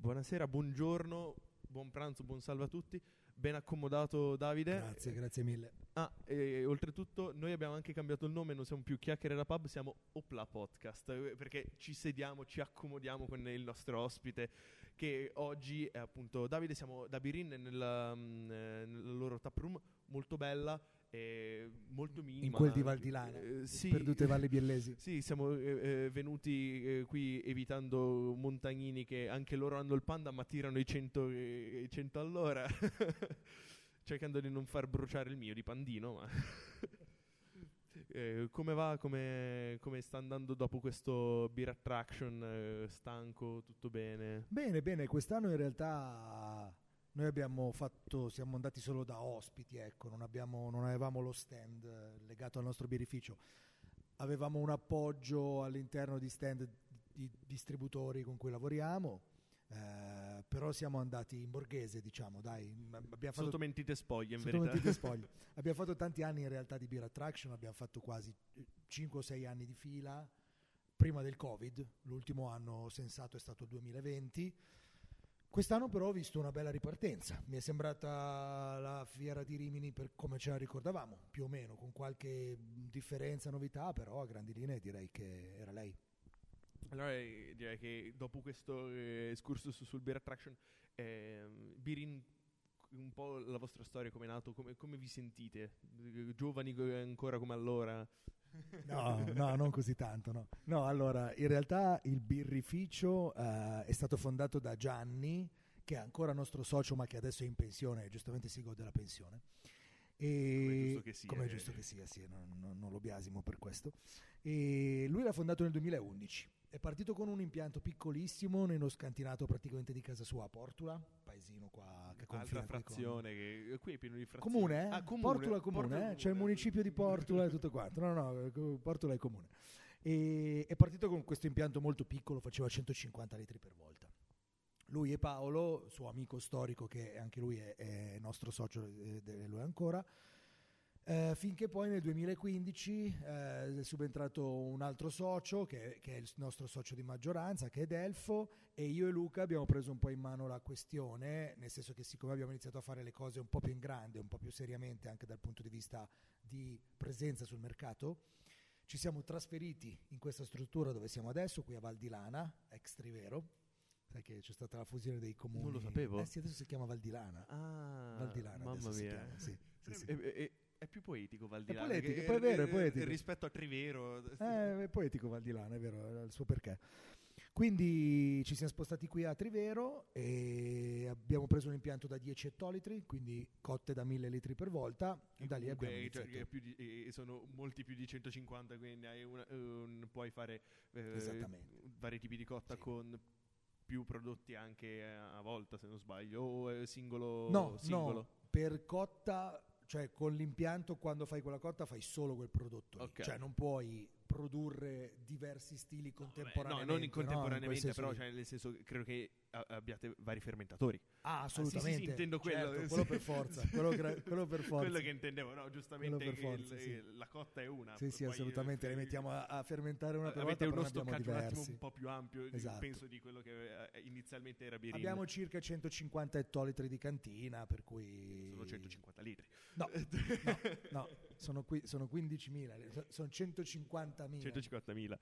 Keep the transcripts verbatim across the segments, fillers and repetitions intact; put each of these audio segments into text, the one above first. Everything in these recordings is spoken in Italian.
buonasera, buongiorno, buon pranzo, buon salve a tutti. Ben accomodato Davide. Grazie, grazie mille. Ah, e oltretutto noi abbiamo anche cambiato il nome, non siamo più Chiacchiere da Pub, siamo Opla Podcast, eh, perché ci sediamo, ci accomodiamo con il nostro ospite, che oggi è appunto Davide. Siamo da Birin nella, mh, eh, nella loro taproom, molto bella e molto minima. In quel di Val di Lana, eh, sì, perdute Valli Biellesi. Sì, siamo eh, eh, venuti eh, qui evitando montagnini che anche loro hanno il panda ma tirano i cento, eh, i cento all'ora, cercando di non far bruciare il mio di pandino. Ma eh, come va? Come, come sta andando dopo questo Beer Attraction? Eh, stanco? Tutto bene? Bene, bene, quest'anno in realtà noi abbiamo fatto, siamo andati solo da ospiti, ecco, non, abbiamo, non avevamo lo stand eh, legato al nostro birrificio, avevamo un appoggio all'interno di stand di distributori con cui lavoriamo, eh, però siamo andati in borghese, diciamo, dai. Abbiamo fatto, sotto mentite spoglie, in sotto verità. mentite spoglie. Abbiamo fatto tanti anni in realtà di Beer Attraction, abbiamo fatto quasi cinque o sei anni di fila, prima del Covid, l'ultimo anno sensato è stato il duemilaventi. Quest'anno però ho visto una bella ripartenza, mi è sembrata la fiera di Rimini per come ce la ricordavamo, più o meno, con qualche differenza, novità, però a grandi linee direi che era lei. Allora eh, direi che dopo questo eh, excursus sul Beer Attraction, eh, Birin, un po' la vostra storia, come è nato, come, come vi sentite? Giovani ancora come allora? No, no, non così tanto, no. No, allora, in realtà il birrificio uh, è stato fondato da Gianni, che è ancora nostro socio, ma che adesso è in pensione, e giustamente si gode della pensione. E come è giusto che sia, come è eh. giusto che sia, sì, non, non, non lo biasimo per questo. E lui l'ha fondato nel duemilaundici. È partito con un impianto piccolissimo nello scantinato praticamente di casa sua a Portula, paesino qua che confina altra qui con... frazione, che qui è pieno di frazioni. Comune, eh? Ah, comune. Portula comune, Portula eh? C'è il comune. municipio di Portula e tutto quanto. No, no, no, Portula è comune. E è partito con questo impianto molto piccolo, faceva centocinquanta litri per volta. Lui e Paolo, suo amico storico, che anche lui è, è nostro socio, e lo è ancora, eh, finché poi nel duemilaquindici eh, è subentrato un altro socio, che, che è il nostro socio di maggioranza, che è Delfo, e io e Luca abbiamo preso un po' in mano la questione, nel senso che siccome abbiamo iniziato a fare le cose un po' più in grande, un po' più seriamente anche dal punto di vista di presenza sul mercato, ci siamo trasferiti in questa struttura dove siamo adesso, qui a Val di Lana, ex Trivero. Sai che c'è stata la fusione dei comuni. Non lo sapevo. Eh sì, adesso si chiama Val di Lana. Ah, Val di Lana, mamma adesso mia. si chiama, sì, sì, sì. È, è, è più poetico Val di È Lana. poetico, che- poi è vero, è poetico. Rispetto a Trivero. Eh, è poetico Val di Lana, è vero, è il suo perché. Quindi ci siamo spostati qui a Trivero e abbiamo preso un impianto da dieci ettolitri, quindi cotte da mille litri per volta, e da lì Comunque, abbiamo cioè, iniziato. è più di- eh, sono molti più di centocinquanta, quindi hai una- un- puoi fare eh, Esattamente. vari tipi di cotta Sì. con più prodotti anche a volta, se non sbaglio, o è singolo? No, singolo? no, per cotta, cioè con l'impianto quando fai quella cotta fai solo quel prodotto lì. Ok. Cioè non puoi produrre diversi stili No, contemporaneamente. non in no? contemporaneamente, quel senso però lì. cioè, nel senso che credo che a- abbiate vari fermentatori. Ah, Ah, sì, assolutamente. sì, sì, intendo quello. Certo, quello per forza, quello, gra- quello per forza. Quello che intendevo, no, giustamente Quello per che forza, il- sì. la cotta è una. Sì, sì, poi, assolutamente, eh, le mettiamo a, a fermentare una per avete volta, uno però ne abbiamo stoccaggio un attimo diversi. un po' più ampio, di- Esatto. penso, di quello che eh, inizialmente era Birin. Abbiamo circa centocinquanta ettolitri di cantina, per cui... Sono centocinquanta litri. No, no, no, sono, qui, sono quindicimila, sono centocinquantamila. centocinquantamila.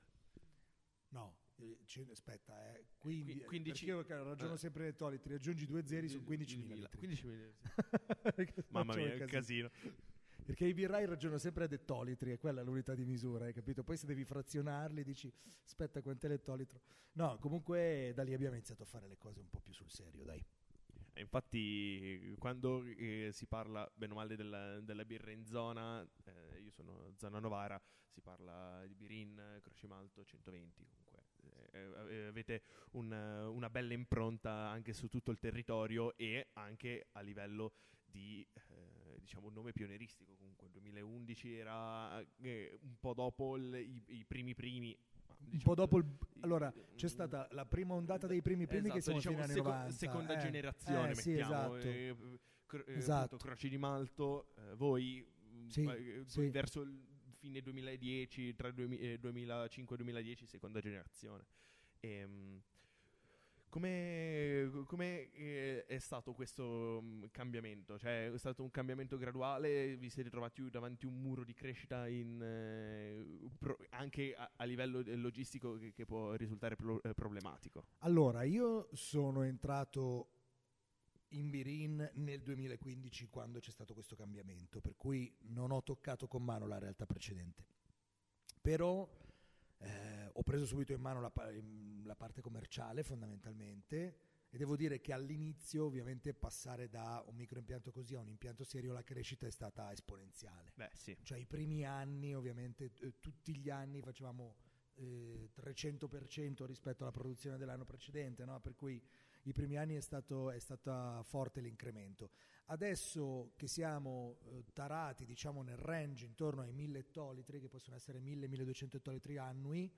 No, eh, c- aspetta, eh, quindi, Qui- quindici perché io ragiono eh. sempre in ettolitri, aggiungi due zeri, sono quindicimila litri. quindicimila, sì. Perché Mamma faccio mia, un è un casino. Perché i birrai ragionano sempre ad ettolitri, è quella l'unità di misura, hai capito? Poi se devi frazionarli dici, aspetta, quant'è l'ettolitro? No, comunque da lì abbiamo iniziato a fare le cose un po' più sul serio, dai. E infatti, quando eh, si parla bene o male della, della birra in zona, eh, io sono zona Novara, si parla di Birin, Croce Malto, centoventi comunque. Eh, eh, avete un, una bella impronta anche su tutto il territorio e anche a livello di eh, diciamo un nome pionieristico. Comunque il duemilaundici era eh, un po' dopo il, i, i primi primi. Un Diciamo, po' dopo il... i- Allora, i- c'è stata la prima ondata dei primi primi esatto, che siamo diciamo fino agli seco- anni novanta. seconda eh, generazione, eh, sì, mettiamo. esatto. eh, cro- eh, Esatto. appunto, Croci di Malto, eh, voi mh, Sì, eh, sì. verso il fine duemiladieci, tra il duemi- eh, duemilacinque e duemiladieci, seconda generazione. Ehm, come, come eh, è stato questo mh, cambiamento? Cioè, è stato un cambiamento graduale? Vi siete trovati davanti a un muro di crescita in, eh, pro- anche a, a livello logistico che, che può risultare pro- eh, problematico? Allora, io sono entrato in Birin nel duemilaquindici quando c'è stato questo cambiamento, per cui non ho toccato con mano la realtà precedente. Però eh, ho preso subito in mano la, la parte commerciale fondamentalmente, e devo dire che all'inizio ovviamente passare da un microimpianto così a un impianto serio la crescita è stata esponenziale. Beh, sì. Cioè i primi anni ovviamente eh, tutti gli anni facevamo eh, trecento per cento rispetto alla produzione dell'anno precedente, no? Per cui i primi anni è stato è stata forte l'incremento. Adesso che siamo eh, tarati, diciamo, nel range intorno ai mille ettolitri, che possono essere mille milleduecento ettolitri annui,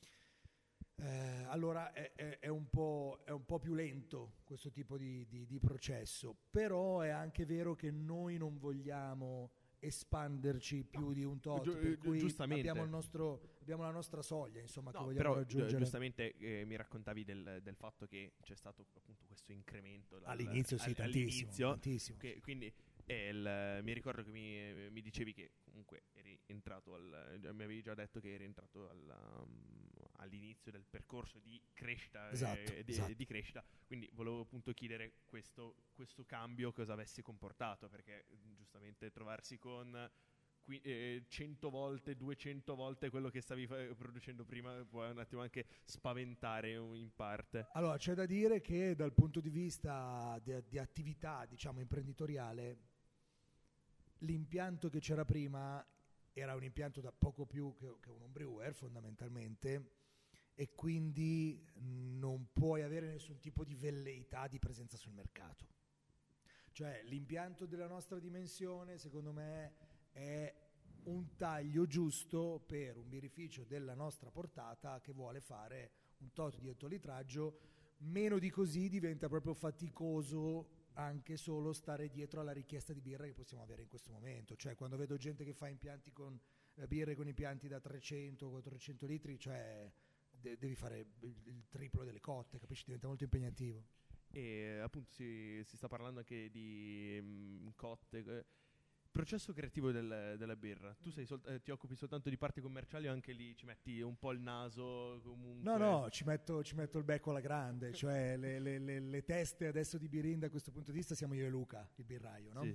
eh, allora è, è, è, un po', è un po' più lento questo tipo di, di, di processo, però è anche vero che noi non vogliamo espanderci più di un tot, Gi- per cui giustamente. abbiamo, il nostro, abbiamo la nostra soglia, insomma, No, che vogliamo però raggiungere. giustamente eh, mi raccontavi del, del fatto che c'è stato appunto questo incremento dal- All'inizio sì, al- tantissimo, all'inizio, tantissimo. che, quindi eh, il- mi ricordo che mi, mi dicevi che comunque eri entrato al, mi avevi già detto che eri entrato al, um, all'inizio del percorso di crescita, Esatto, eh, di, esatto. di crescita, quindi volevo appunto chiedere questo, questo cambio cosa avesse comportato, perché giustamente trovarsi con Qui, eh, cento volte, duecento volte quello che stavi fa- producendo prima può un attimo anche spaventare in parte. Allora, c'è da dire che dal punto di vista di, di attività, diciamo, imprenditoriale, l'impianto che c'era prima era un impianto da poco più che, che un homebrewer fondamentalmente, e quindi non puoi avere nessun tipo di velleità di presenza sul mercato. Cioè l'impianto della nostra dimensione secondo me è un taglio giusto per un birrificio della nostra portata che vuole fare un tot di ettolitraggio. Meno di così diventa proprio faticoso anche solo stare dietro alla richiesta di birra che possiamo avere in questo momento. Cioè quando vedo gente che fa impianti con eh, birre con impianti da trecento quattrocento litri, cioè de- devi fare il, il triplo delle cotte, capisci? Diventa molto impegnativo. E appunto si, si sta parlando anche di mh, cotte. eh, Processo creativo del- della birra. Tu sei sol- eh, ti occupi soltanto di parti commerciali o anche lì ci metti un po' il naso comunque? No, no, ci metto, ci metto il becco alla grande, cioè le, le- le- le teste adesso di Birin da questo punto di vista siamo io e Luca, il birraio, no? Sì.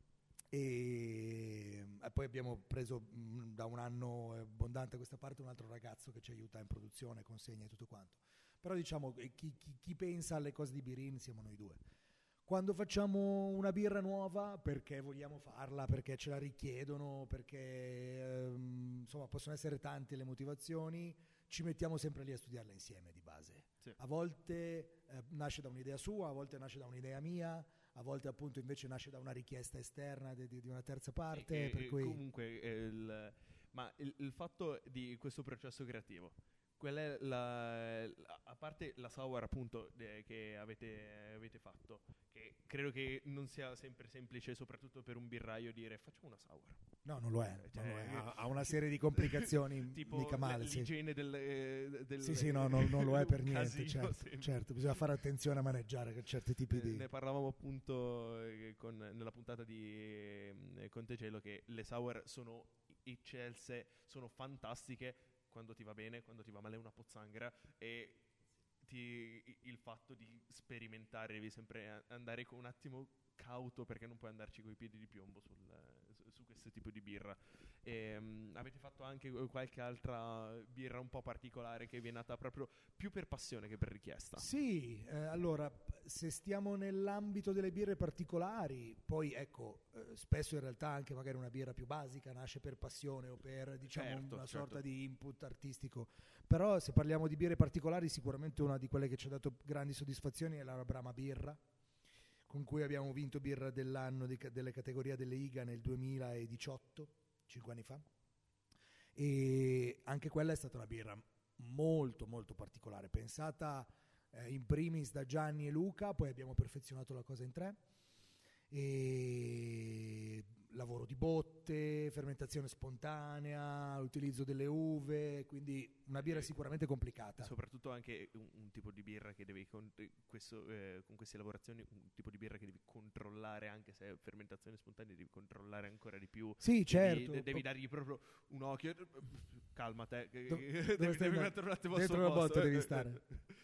E, e poi abbiamo preso mh, da un anno abbondante a questa parte un altro ragazzo che ci aiuta in produzione, consegna e tutto quanto. Però diciamo che chi, chi- chi pensa alle cose di Birin siamo noi due. Quando facciamo una birra nuova, perché vogliamo farla, perché ce la richiedono, perché ehm, insomma possono essere tante le motivazioni, ci mettiamo sempre lì a studiarla insieme di base. Sì. A volte eh, nasce da un'idea sua, a volte nasce da un'idea mia, a volte appunto invece nasce da una richiesta esterna di, di- di una terza parte. E- per e cui comunque eh, il, ma il, il fatto di questo processo creativo, qual è la, la- a parte la sour appunto eh, che avete, avete fatto, che credo che non sia sempre semplice, soprattutto per un birraio, dire facciamo una sour. No, non lo è, Cioè, non lo è. Ha, ha una serie di complicazioni tipo mica male. l- Sì. l'igiene del, eh, del Sì, sì, no, non, non lo è per un niente, casino certo, sempre. certo, bisogna fare attenzione a maneggiare certi tipi Eh, di... Ne parlavamo appunto eh, con- nella puntata di eh, Contegelo, che le sour sono eccelse, sono fantastiche quando ti va bene, quando ti va male è una pozzanghera, e ti- il fatto di sperimentare devi sempre a- andare con un attimo cauto, perché non puoi andarci coi piedi di piombo sul, su, su questo tipo di birra. Ehm, avete fatto anche qualche altra birra un po' particolare che vi è nata proprio più per passione che per richiesta? Sì, eh, allora, se stiamo nell'ambito delle birre particolari, poi ecco, eh, spesso in realtà anche magari una birra più basica nasce per passione o per, diciamo, Certo, una certo. sorta di input artistico. Però se parliamo di birre particolari, sicuramente una di quelle che ci ha dato grandi soddisfazioni è la Brahma Birra, con cui abbiamo vinto birra dell'anno di, delle categorie delle I G A nel duemiladiciotto, cinque anni fa. E anche quella è stata una birra molto molto particolare, pensata eh, in primis da Gianni e Luca, poi abbiamo perfezionato la cosa in tre, e lavoro di botte, fermentazione spontanea, l'utilizzo delle uve, quindi una birra sicuramente complicata. Soprattutto anche un, un tipo di birra che devi con, questo, eh, con queste lavorazioni, un tipo di birra che devi controllare, anche se è fermentazione spontanea, devi controllare ancora di più. Sì, devi, certo. De, devi dargli proprio un occhio. Calma te, Do, devi, devi mettere un attimo dentro al la botte devi stare.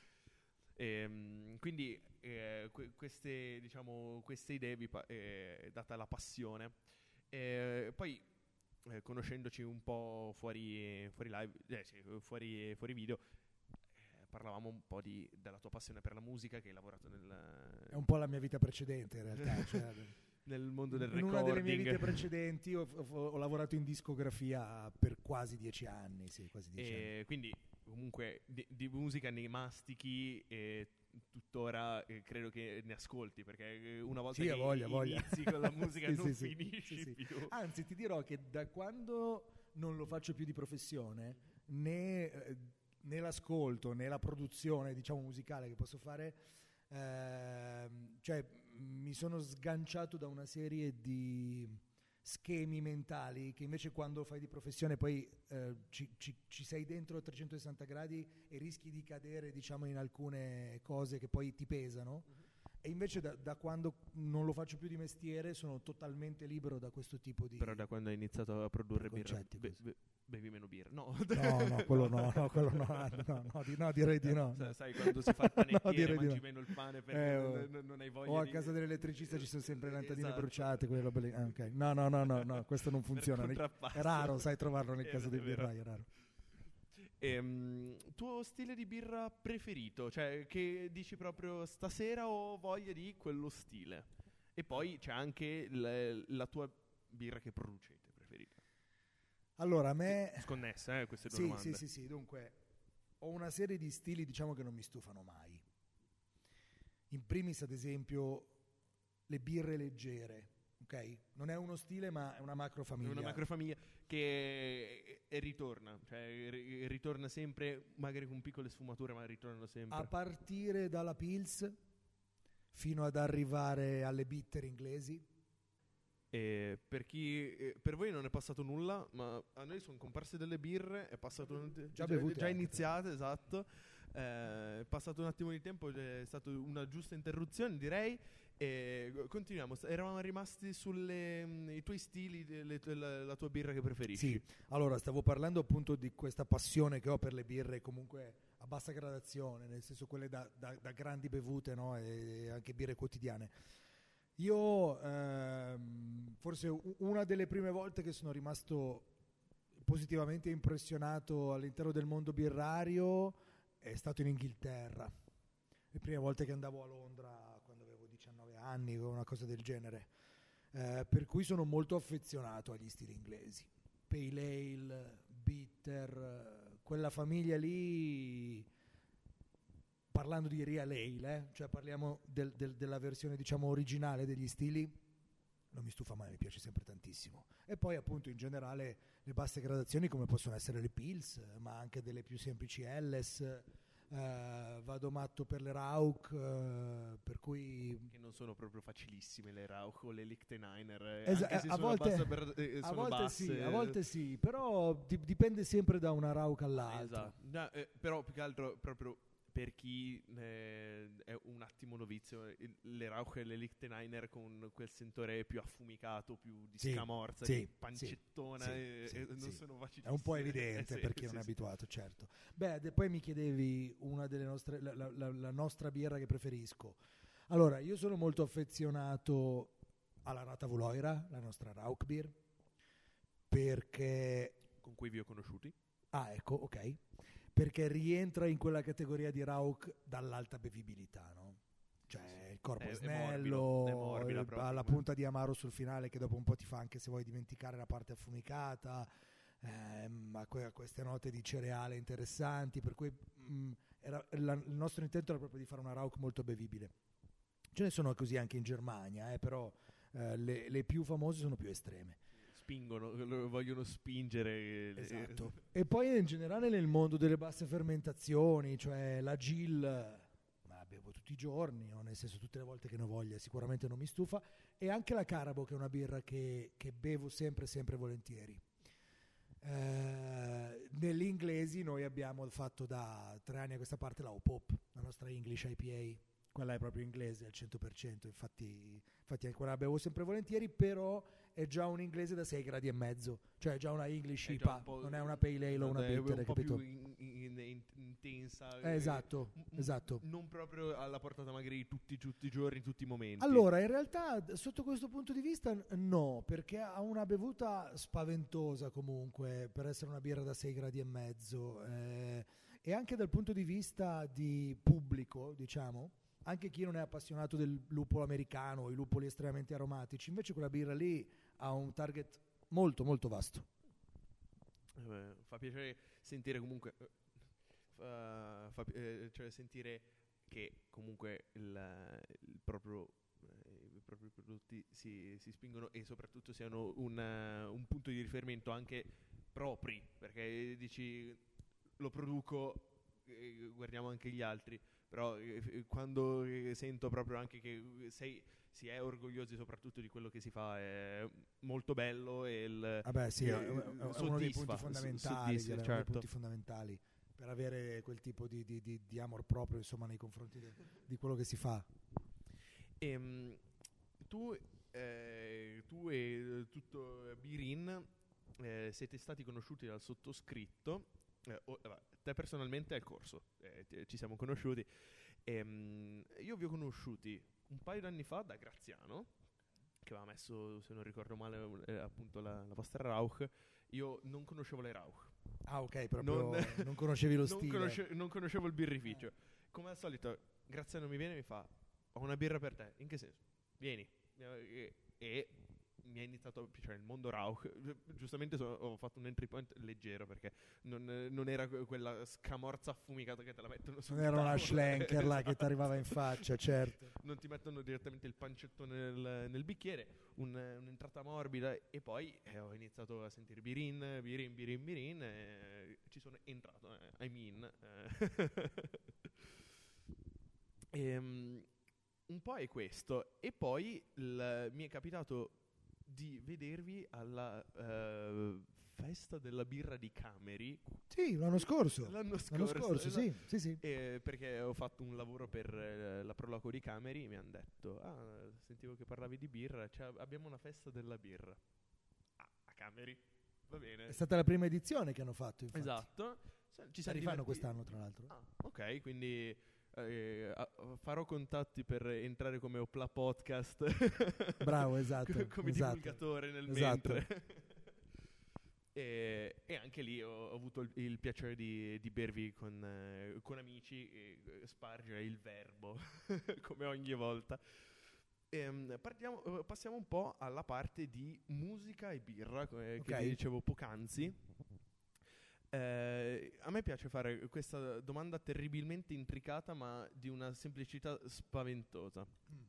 E, quindi eh, que- queste, diciamo, queste idee, vi pa- eh, data la passione, e poi eh, conoscendoci un po' fuori, fuori live, eh, sì, fuori, fuori video, eh, parlavamo un po' di, della tua passione per la musica, che hai lavorato nel... È un po' la mia vita precedente in realtà. Cioè, nel mondo del in recording. una delle mie vite precedenti ho, ho, ho lavorato in discografia per quasi dieci anni, sì, quasi dieci e anni. Quindi comunque di, di musica ne mastichi e tuttora eh, credo che ne ascolti, perché una volta sì, che voglia, voglia. inizi con la musica sì, non sì, finisci sì, sì. più. Anzi, ti dirò che da quando non lo faccio più di professione, né, eh, né l'ascolto né la produzione, diciamo, musicale che posso fare, eh, cioè mi sono sganciato da una serie di schemi mentali che invece quando fai di professione poi eh, ci, ci, ci sei dentro a trecentosessanta gradi e rischi di cadere, diciamo, in alcune cose che poi ti pesano. Uh-huh. E invece da, da quando non lo faccio più di mestiere sono totalmente libero da questo tipo di... Però da quando hai iniziato a produrre birra, be, be, bevi meno birra? No, no, no, quello no, no, quello no, no, no, di, no direi di no. Sai, sai quando si fa il panettiere, no, mangi no. meno il pane perché eh, non, non, non hai voglia o a di... casa dell'elettricista ci sono sempre le lampadine esatto. bruciate, quelle robe lì. Ah, okay. No, no, no, no, no, questo non funziona. È raro, sai, trovarlo nel è, caso è dei vero. birrai, è raro. Ehm, tuo stile di birra preferito? Cioè, che dici proprio stasera ho voglia di quello stile? E poi c'è anche le, la tua birra che producete preferita? Allora, a me... Sconnessa, eh, queste due sì, domande. Sì, sì, sì, dunque, ho una serie di stili, diciamo, che non mi stufano mai. In primis, ad esempio, le birre leggere, ok? Non è uno stile, ma è una macrofamiglia. È una macrofamiglia che e ritorna, cioè ri- ritorna sempre, magari con piccole sfumature, ma ritornano sempre. A partire dalla Pils fino ad arrivare alle bitter inglesi. E per chi eh, per voi non è passato nulla, ma a noi sono comparse delle birre, è passato un, già, già, già iniziate, esatto. Eh, è passato un attimo di tempo, è stata una giusta interruzione, direi. E continuiamo. Eravamo rimasti sui tuoi stili, le, la, la tua birra che preferisci. Sì, allora stavo parlando appunto di questa passione che ho per le birre comunque a bassa gradazione, nel senso quelle da, da, da grandi bevute, no? E anche birre quotidiane. Io ehm, forse una delle prime volte che sono rimasto positivamente impressionato all'interno del mondo birrario è stato in Inghilterra. Le prime volte che andavo a Londra diciannove anni o una cosa del genere, eh, per cui sono molto affezionato agli stili inglesi, pale ale, bitter, quella famiglia lì, parlando di real ale, eh, cioè parliamo del, del, della versione, diciamo, originale degli stili, non mi stufa mai, mi piace sempre tantissimo. E poi appunto in generale le basse gradazioni come possono essere le Pils, ma anche delle più semplici Helles. Uh, vado matto per le Rauch, uh, per cui che non sono proprio facilissime le Rauch o le Lichtensteiner, Esa- anche se a sono, volte, per, eh, a sono volte basse. Sì, a volte sì, però di- dipende sempre da una Rauch all'altra. Esatto. No, eh, però più che altro proprio per chi eh, è un attimo novizio, il, le Rauch e le Lichtensteiner con quel sentore più affumicato, più di sì, scamorza, sì, di pancettona, sì, e, sì, e sì, non sì. sono facilissime. È un po' evidente eh, sì, per chi sì, non è sì. abituato, certo. Beh, de- poi mi chiedevi una delle nostre, la, la, la, la nostra birra che preferisco. Allora, io sono molto affezionato alla Ratavuloira, la nostra Rauch Beer, perché... Con cui vi ho conosciuti? Ah, ecco, ok. Perché rientra in quella categoria di Rauch dall'alta bevibilità, no? Cioè il corpo è, snello, è morbida, è ha la punta di amaro sul finale che dopo un po' ti fa anche, se vuoi, dimenticare la parte affumicata, ehm, ha que- queste note di cereale interessanti, per cui mh, era, la, il nostro intento era proprio di fare una Rauch molto bevibile. Ce ne sono così anche in Germania, eh, però eh, le, le più famose sono più estreme. Spingono, vogliono spingere. Esatto. E poi in generale nel mondo delle basse fermentazioni, cioè la Gill, la bevo tutti i giorni, o nel senso tutte le volte che ne ho voglia, sicuramente non mi stufa, e anche la Carabo, che è una birra che, che bevo sempre, sempre volentieri. Eh, negli inglesi noi abbiamo fatto da tre anni a questa parte la O-Pop, la nostra English I P A, quella è proprio inglese al cento per cento, infatti, infatti anche quella la bevo sempre volentieri, però è già un inglese da sei gradi e mezzo, cioè è già una English È I P già A, un po', non è una pale ale o una è bitter, un po' capito? più in- in- in- intensa, Eh, esatto, m- esatto. non proprio alla portata magari tutti, tutti i giorni, tutti i momenti. Allora, in realtà sotto questo punto di vista n- no, perché ha una bevuta spaventosa comunque per essere una birra da sei gradi e mezzo, eh, e anche dal punto di vista di pubblico, diciamo, anche chi non è appassionato del lupolo americano o i lupoli estremamente aromatici, invece quella birra lì ha un target molto molto vasto. Eh, fa piacere sentire comunque, eh, fa, fa pi- eh, cioè sentire che comunque il, il proprio, eh, i propri prodotti si, si spingono e soprattutto siano un, eh, un punto di riferimento anche propri, perché dici lo produco, eh, guardiamo anche gli altri, però eh, f- quando eh, sento proprio anche che sei, si è orgogliosi soprattutto di quello che si fa, è molto bello e il, Vabbè, sì, eh, è, è uno dei punti soddisfa, fondamentali, soddisfa, direi, uno dei certo. punti fondamentali per avere quel tipo di, di, di, di amor proprio, insomma, nei confronti de, di quello che si fa. Ehm, tu, eh, tu e tutto Birin eh, siete stati conosciuti dal sottoscritto, eh, o- vabbè, te personalmente al corso, eh, ti- ci siamo conosciuti. Ehm, io vi ho conosciuti un paio d'anni fa da Graziano, che aveva messo, se non ricordo male, eh, appunto la, la vostra Rauch. Io non conoscevo le Rauch. Ah, ok, proprio non, Non- conoscevi lo non, stile. conosce- non conoscevo il birrificio. Come al solito, Graziano mi viene e mi fa: ho una birra per te. In che senso? Vieni. E, e mi ha iniziato a piacere il mondo Rauch. Giustamente so- ho fatto un entry point leggero perché non, non era que- quella scamorza affumicata che te la mettono sul Non era una tavolo. schlenker là che Esatto. ti arrivava in faccia, certo. Non ti mettono direttamente il pancetto nel, nel bicchiere, un- un'entrata morbida, e poi eh, ho iniziato a sentire Birin, Birin, Birin, Birin, e ci sono entrato, eh, I mean. eh. Ehm, un po' è questo, e poi il- mi è capitato di vedervi alla eh, festa della birra di Cameri Sì, l'anno scorso. l'anno scorso, L'anno scorso, esatto. sì, sì, sì. Eh, perché ho fatto un lavoro per eh, la Proloco di Cameri, mi hanno detto: ah, sentivo che parlavi di birra, cioè, abbiamo una festa della birra ah, a Cameri, va bene. È stata la prima edizione che hanno fatto, infatti. Esatto. Se- ci Si siamo rifanno divertiti. quest'anno, tra l'altro. Ah, ok, quindi eh, a- farò contatti per entrare come Opla Podcast. Bravo, esatto, Co- come esatto. divulgatore nel Esatto. mentre. E, e anche lì ho, ho avuto il, il piacere di, di bervi con, eh, con amici e eh, spargere il verbo come ogni volta. Ehm, partiamo- eh, passiamo un po' alla parte di musica e birra, eh, Ok. che vi dicevo poc'anzi. Eh, a me piace fare questa domanda terribilmente intricata, ma di una semplicità spaventosa. Mm.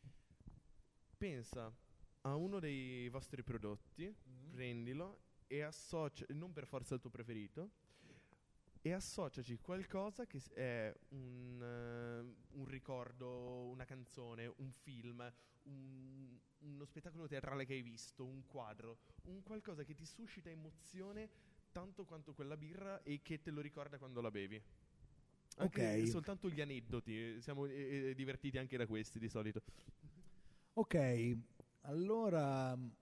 Pensa a uno dei vostri prodotti, Mm. prendilo e associa, non per forza il tuo preferito, e associaci qualcosa che s- è un, eh, un ricordo, una canzone, un film, un- uno spettacolo teatrale che hai visto, un quadro, un qualcosa che ti suscita emozione tanto quanto quella birra e che te lo ricorda quando la bevi. Anche Ok. soltanto gli aneddoti, siamo eh, eh, divertiti anche da questi di solito. Ok, allora mh,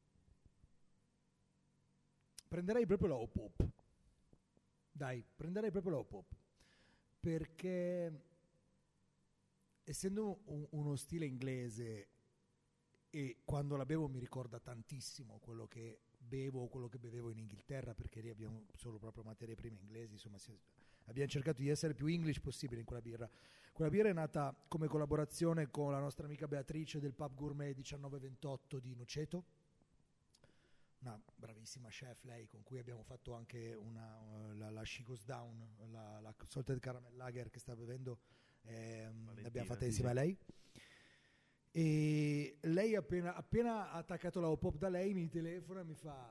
prenderei proprio la O-Pop. Dai, prenderei proprio la O-Pop. Perché essendo un- uno stile inglese e quando la bevo mi ricorda tantissimo quello che bevo o quello che bevevo in Inghilterra, perché lì abbiamo solo proprio materie prime inglesi, insomma si- abbiamo cercato di essere più English possibile in quella birra. Quella birra è nata come collaborazione con la nostra amica Beatrice del pub gourmet diciannove ventotto di Noceto, una bravissima chef lei, con cui abbiamo fatto anche una, uh, la, la She Goes Down, la, la Salted Caramel Lager che sta bevendo, ehm, Valentina, l'abbiamo fatta sì, insieme sì. a lei. E lei appena, appena ha attaccato la O-Pop da lei mi telefona e mi fa: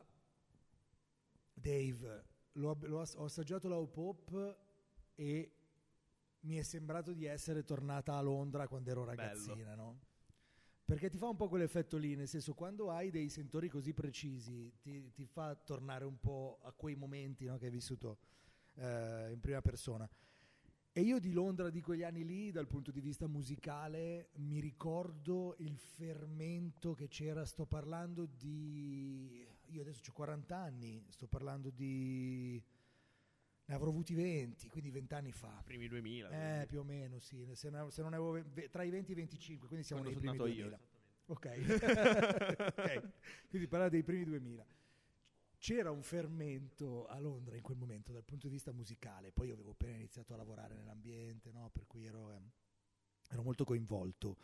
Dave, l'ho, l'ho ass- ho assaggiato la O-Pop e mi è sembrato di essere tornata a Londra quando ero ragazzina, no? Perché ti fa un po' quell'effetto lì, nel senso, quando hai dei sentori così precisi ti, ti fa tornare un po' a quei momenti, no, che hai vissuto eh, in prima persona. E io di Londra, di quegli anni lì, dal punto di vista musicale, mi ricordo il fermento che c'era. Sto parlando di... io adesso ho quaranta anni, sto parlando di... ne avrò avuti venti, quindi venti anni fa. Primi duemila. Eh, quindi. più o meno, sì. Se, ne, se non avevo ve- tra i venti e i venticinque, quindi siamo Quando nei sono primi nato duemila. io. Ok. Ok. Quindi parlare dei primi duemila. C'era un fermento a Londra in quel momento dal punto di vista musicale. Poi io avevo appena iniziato a lavorare nell'ambiente, no? Per cui ero, eh, ero molto coinvolto.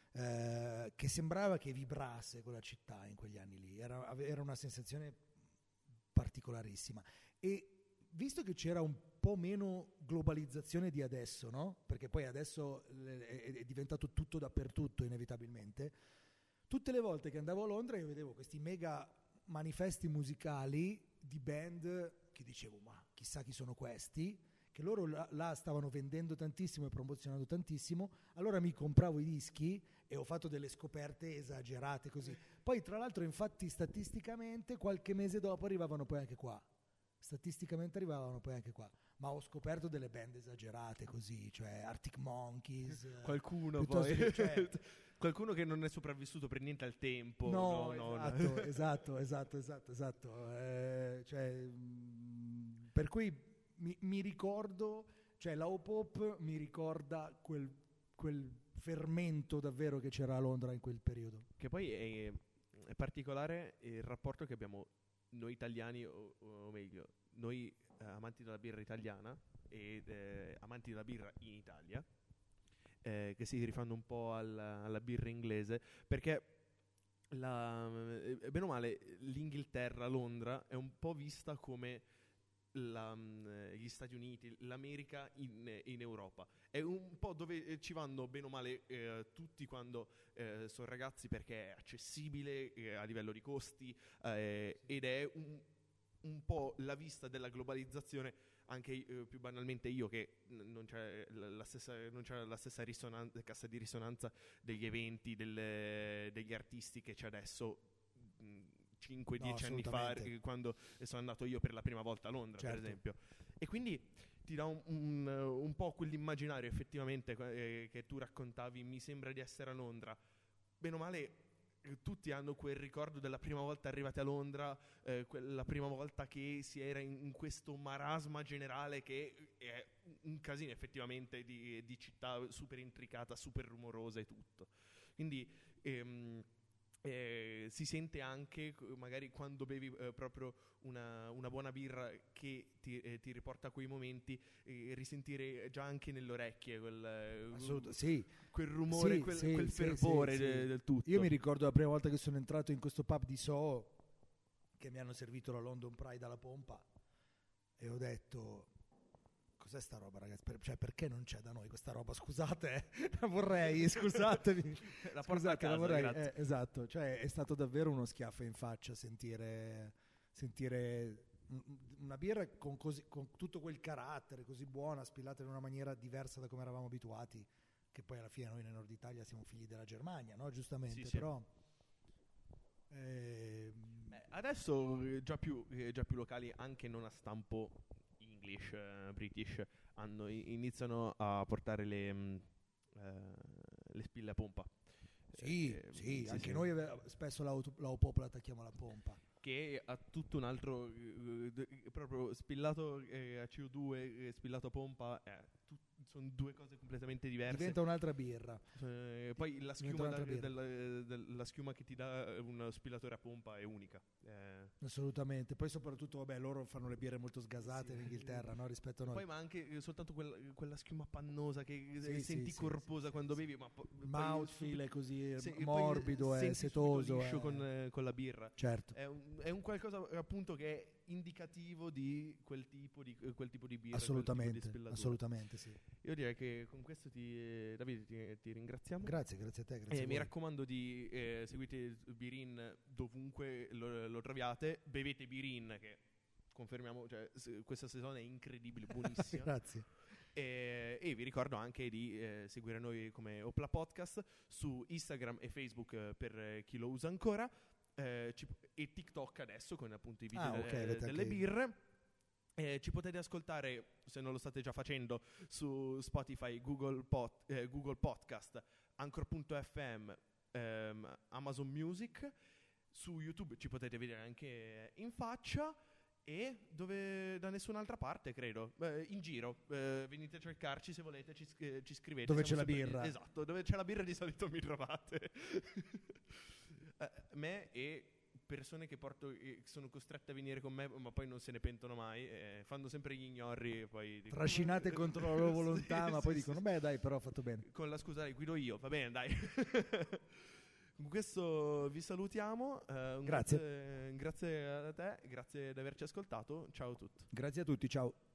Eh, che sembrava che vibrasse quella città in quegli anni lì. Era, era una sensazione particolarissima. E visto che c'era un po' meno globalizzazione di adesso, no? Perché poi adesso è, è diventato tutto dappertutto inevitabilmente, tutte le volte che andavo a Londra io vedevo questi mega manifesti musicali di band che dicevo, ma chissà chi sono questi, che loro là, là stavano vendendo tantissimo e promozionando tantissimo. Allora mi compravo i dischi e ho fatto delle scoperte esagerate così. Poi tra l'altro, infatti, statisticamente qualche mese dopo arrivavano poi anche qua. Statisticamente arrivavano poi anche qua, ma ho scoperto delle band esagerate così, cioè Arctic Monkeys, qualcuno poi che, cioè, qualcuno che non è sopravvissuto per niente al tempo. No, no, esatto, no. esatto, esatto, esatto, esatto. Eh, cioè, mh, per cui mi, mi ricordo, cioè la O-Pop mi ricorda quel, quel fermento davvero che c'era a Londra in quel periodo. Che poi è, è particolare il rapporto che abbiamo noi italiani, o, o meglio, noi eh, amanti della birra italiana e eh, amanti della birra in Italia, eh, che si rifanno un po' alla, alla birra inglese, perché la, eh, bene o male l'Inghilterra, Londra, è un po' vista come la, mh, gli Stati Uniti, l'America in, in Europa. È un po' dove ci vanno bene o male eh, tutti quando eh, sono ragazzi, perché è accessibile eh, a livello di costi eh, ed è un, un po' la vista della globalizzazione. Anche eh, più banalmente io che n- non c'è la stessa, non c'è la stessa risonanza, cassa di risonanza degli eventi, delle, degli artisti che c'è adesso cinque dieci No, anni fa, eh, quando sono andato io per la prima volta a Londra, certo. per esempio. E quindi ti dà un, un, un po' quell'immaginario effettivamente eh, che tu raccontavi, mi sembra di essere a Londra. Bene o male eh, tutti hanno quel ricordo della prima volta arrivati a Londra, eh, la prima volta che si era in, in questo marasma generale che è un casino effettivamente di, di città super intricata, super rumorosa e tutto. Quindi ehm, Eh, si sente anche magari quando bevi eh, proprio una, una buona birra che ti, eh, ti riporta a quei momenti, eh, risentire già anche nelle orecchie quel, Assolut- sì. quel rumore, sì, quel, sì, quel sì, fervore sì, de, sì. del tutto. Io mi ricordo la prima volta che sono entrato in questo pub di Soho, che mi hanno servito la London Pride alla pompa, e ho detto: cos'è sta roba, ragazzi? Per, cioè, perché non c'è da noi questa roba? Scusate, eh, vorrei, scusatemi. La porta a casa, vorrei, grazie. eh, esatto, cioè è stato davvero uno schiaffo in faccia sentire, sentire una birra con, così, con tutto quel carattere, così buona, spillata in una maniera diversa da come eravamo abituati, che poi alla fine noi nel Nord Italia siamo figli della Germania, no? Giustamente, Sì, sì. però... Eh, Beh, adesso eh, già più, eh, già più locali, anche non a stampo English, eh, British, hanno, iniziano a portare le, mh, eh, le spille a pompa. Sì, Eh, sì, sì, anche sì. noi ave- spesso la O-Pop la attacchiamo alla pompa. Che ha tutto un altro eh, d- proprio spillato eh, a C O due, eh, spillato a pompa, eh, tu- sono due cose completamente diverse. Diventa un'altra birra. Eh, poi la Diventa schiuma, da, un'altra birra. del, del, la schiuma che ti dà uno spillatore a pompa è unica. Eh, Assolutamente. Poi soprattutto, vabbè, loro fanno le birre molto sgasate Sì. in Inghilterra, no? Rispetto a noi. Poi ma anche eh, soltanto quella, quella schiuma pannosa che Sì, eh, sì, senti sì, corposa sì, quando sì, bevi, sì. ma po- Il poi mouthfeel subito- è così sì, e morbido, poi è senti subito setoso. liscio è- con, eh, con la birra. Certo. È un, è un qualcosa appunto che è indicativo di quel tipo di, quel tipo di birra, Assolutamente, quel tipo di spillatura. assolutamente sì. Io direi che con questo ti, eh, Davide, ti, ti ringraziamo. Grazie, grazie a te, grazie E a mi voi. raccomando di eh, seguite Birin dovunque lo, lo troviate, bevete Birin che confermiamo, cioè, se- questa stagione è incredibile, buonissima. Grazie. E, e vi ricordo anche di eh, seguire noi come Opla Podcast su Instagram e Facebook eh, per eh, chi lo usa ancora, eh, ci, e TikTok adesso con appunto i video Ah, de- ok, avete delle anche- birre. Eh, ci potete ascoltare, se non lo state già facendo, su Spotify, Google, Pod- eh, Google Podcast, Anchor punto effe emme, ehm, Amazon Music. Su YouTube ci potete vedere anche in faccia. E dove da nessun'altra parte, credo, eh, in giro, eh, venite a cercarci se volete, ci, eh, ci scrivete. Dove Siamo c'è la sempre birra. lì. Esatto, dove c'è la birra di solito mi trovate. Eh, me e persone che porto, eh, sono costrette a venire con me, ma poi non se ne pentono mai, eh, fanno sempre gli ignorri e poi dicono, Trascinate contro la loro volontà, Sì, ma sì, poi sì, dicono, sì. beh dai, però ho fatto bene. Con la scusa, dai, guido io, va bene, dai. Con questo vi salutiamo. eh, un Grazie. grazie. Grazie a te, grazie di averci ascoltato. Ciao a tutti. Grazie a tutti, ciao.